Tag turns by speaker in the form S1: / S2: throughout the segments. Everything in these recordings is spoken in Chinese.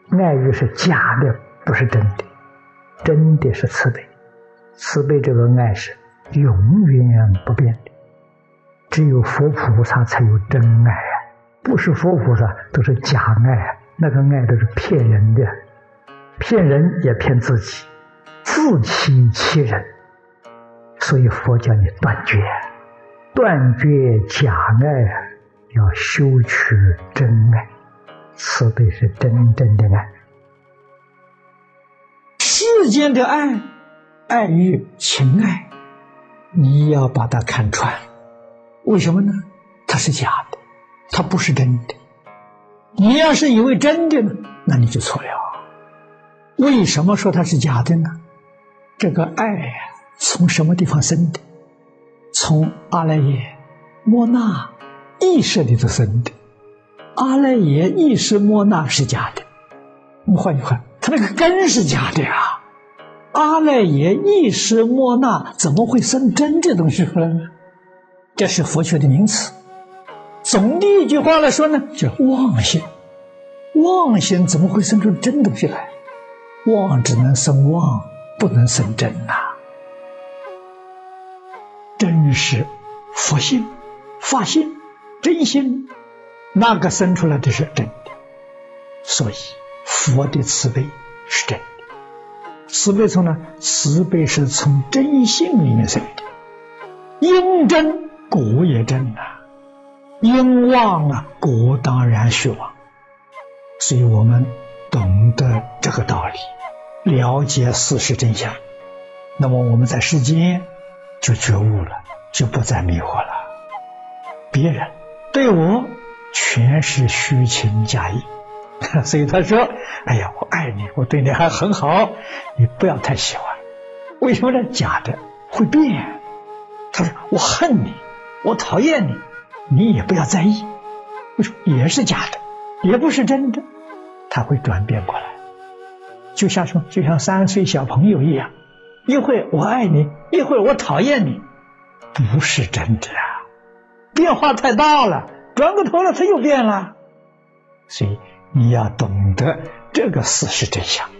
S1: 爱欲是假的，不是真的。真的是慈悲，慈悲这个爱是永远不变的。只有佛菩萨才有真爱啊，不是佛菩萨都是假爱啊，那个爱都是骗人的，骗人也骗自己，自欺欺人。所以佛叫你断绝，断绝假爱啊，要修取真爱。慈悲是真正的爱。世间的爱，爱欲情爱，你要把它看穿。为什么呢？它是假的，它不是真的。你要是以为真的呢，那你就错了。为什么说它是假的呢？这个爱呀，从什么地方生的？从阿赖耶莫那意识里头生的。阿赖耶意识莫那是假的，你换一换，它那个根是假的呀。阿赖耶意识莫那怎么会生真的东西出来呢？这是佛学的名词。总的一句话来说呢，叫妄心。妄心怎么会生出真东西来？妄只能生妄，不能生真啊。真是佛性、法性、真心，那个生出来的是真的。所以佛的慈悲是真的。慈悲从哪？慈悲是从真性里面生的。因真果也真啊，因妄啊果当然虚妄。所以我们懂得这个道理，了解事实真相，那么我们在世间就觉悟了，就不再迷惑了。别人对我全是虚情假意，所以他说，哎呀，我爱你，我对你还很好，你不要太喜欢。为什么呢？假的会变。他说我恨你，我讨厌你，你也不要在意。我说也是假的，也不是真的，他会转变过来。就像什么？就像3岁小朋友一样，一会我爱你，一会我讨厌你，不是真的啊，变化太大了，转过头了他又变了。所以你要懂得这个事实真相。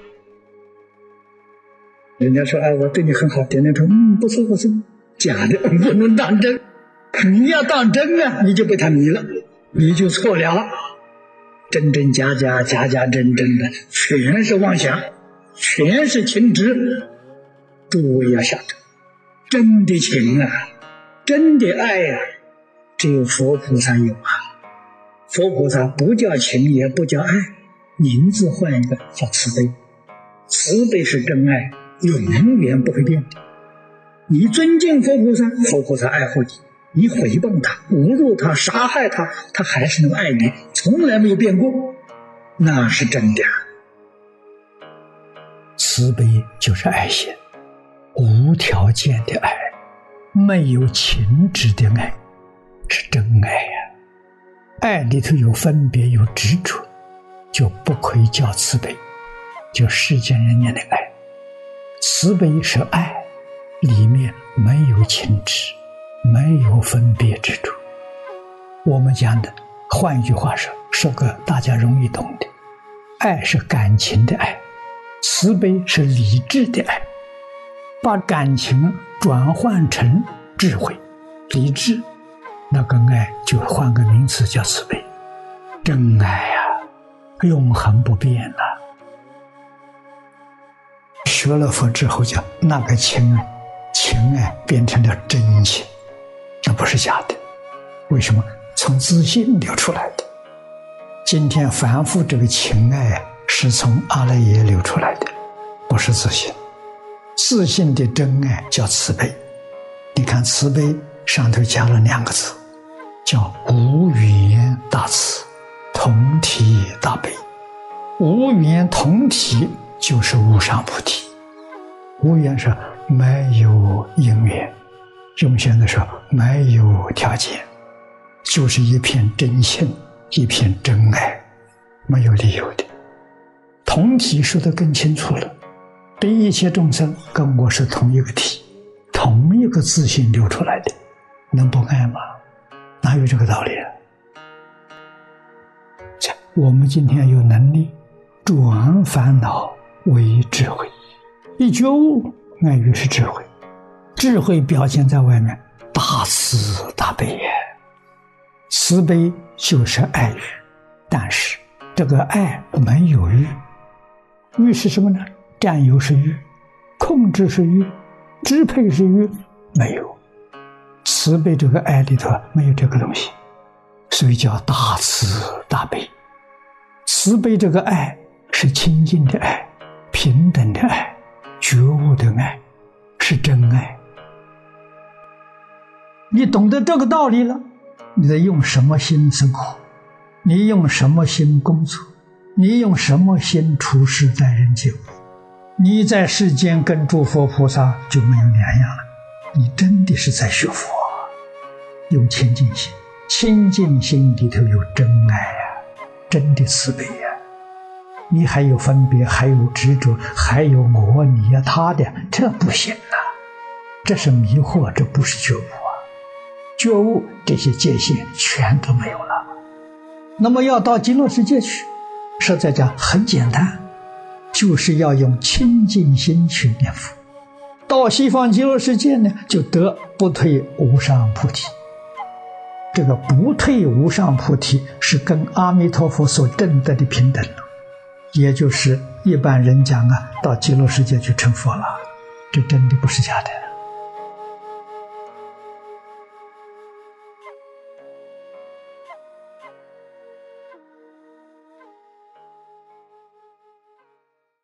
S1: 人家说，哎，我对你很好，点点头，不错不错，假的不能当真。你要当真啊，你就被他迷了，你就错了。真真假假，假假真真的，全是妄想，全是情执。诸位要晓得，真的情啊，真的爱啊，只有佛菩萨有啊。佛菩萨不叫情，也不叫爱，名字换一个叫慈悲。慈悲是真爱，永远不会变的。你尊敬佛菩萨，佛菩萨爱护你；你诽谤他、侮辱他、杀害他，他还是能爱你，从来没有变过，那是真的。慈悲就是爱心，无条件的爱，没有情执的爱，是真爱呀。爱里头有分别，有执着，就不可以叫慈悲，就世间人间的爱。慈悲是爱，里面没有情执，没有分别执着。我们讲的，换一句话说个大家容易懂的，爱是感情的爱，慈悲是理智的爱。把感情转换成智慧、理智，那个爱就换个名词叫慈悲。真爱啊，永恒不变了。学了佛之后讲那个情爱变成了真情，这不是假的。为什么？从自信流出来的。今天凡夫这个情爱是从阿赖耶流出来的，不是自信。自信的真爱叫慈悲。你看慈悲上头加了2个字，叫无缘大慈，同体大悲。无缘同体就是无上菩提。无缘是没有因缘，用现在说没有条件，就是一片真心，一片真爱，没有理由的。同体说得更清楚了，对一切众生跟我是同一个体，同一个自信流出来的，能不爱吗？哪有这个道理啊？我们今天有能力转烦恼为智慧。一觉悟，爱语是智慧，智慧表现在外面，大慈大悲也。慈悲就是爱语，但是这个爱没有欲。欲是什么呢？占有是欲，控制是欲，支配是欲，没有。慈悲这个爱里头没有这个东西，所以叫大慈大悲。慈悲这个爱是清净的爱，平等的爱，觉悟的爱，是真爱。你懂得这个道理了，你在用什么心生活？你用什么心工作？你用什么心处事待人接物？你在世间跟诸佛菩萨就没有两样了。你真的是在学佛，用清净心，清净心里头有真爱呀，真的慈悲呀。你还有分别，还有执着，还有我你呀他的，这不行啊，这是迷惑，这不是觉悟啊。觉悟这些界限全都没有了。那么要到极乐世界去，实在讲很简单，就是要用清净心去念佛。到西方极乐世界呢，就得不退无上菩提。这个不退无上菩提是跟阿弥陀佛所证得的平等，也就是一般人讲啊，到极乐世界去成佛了，这真的不是假的。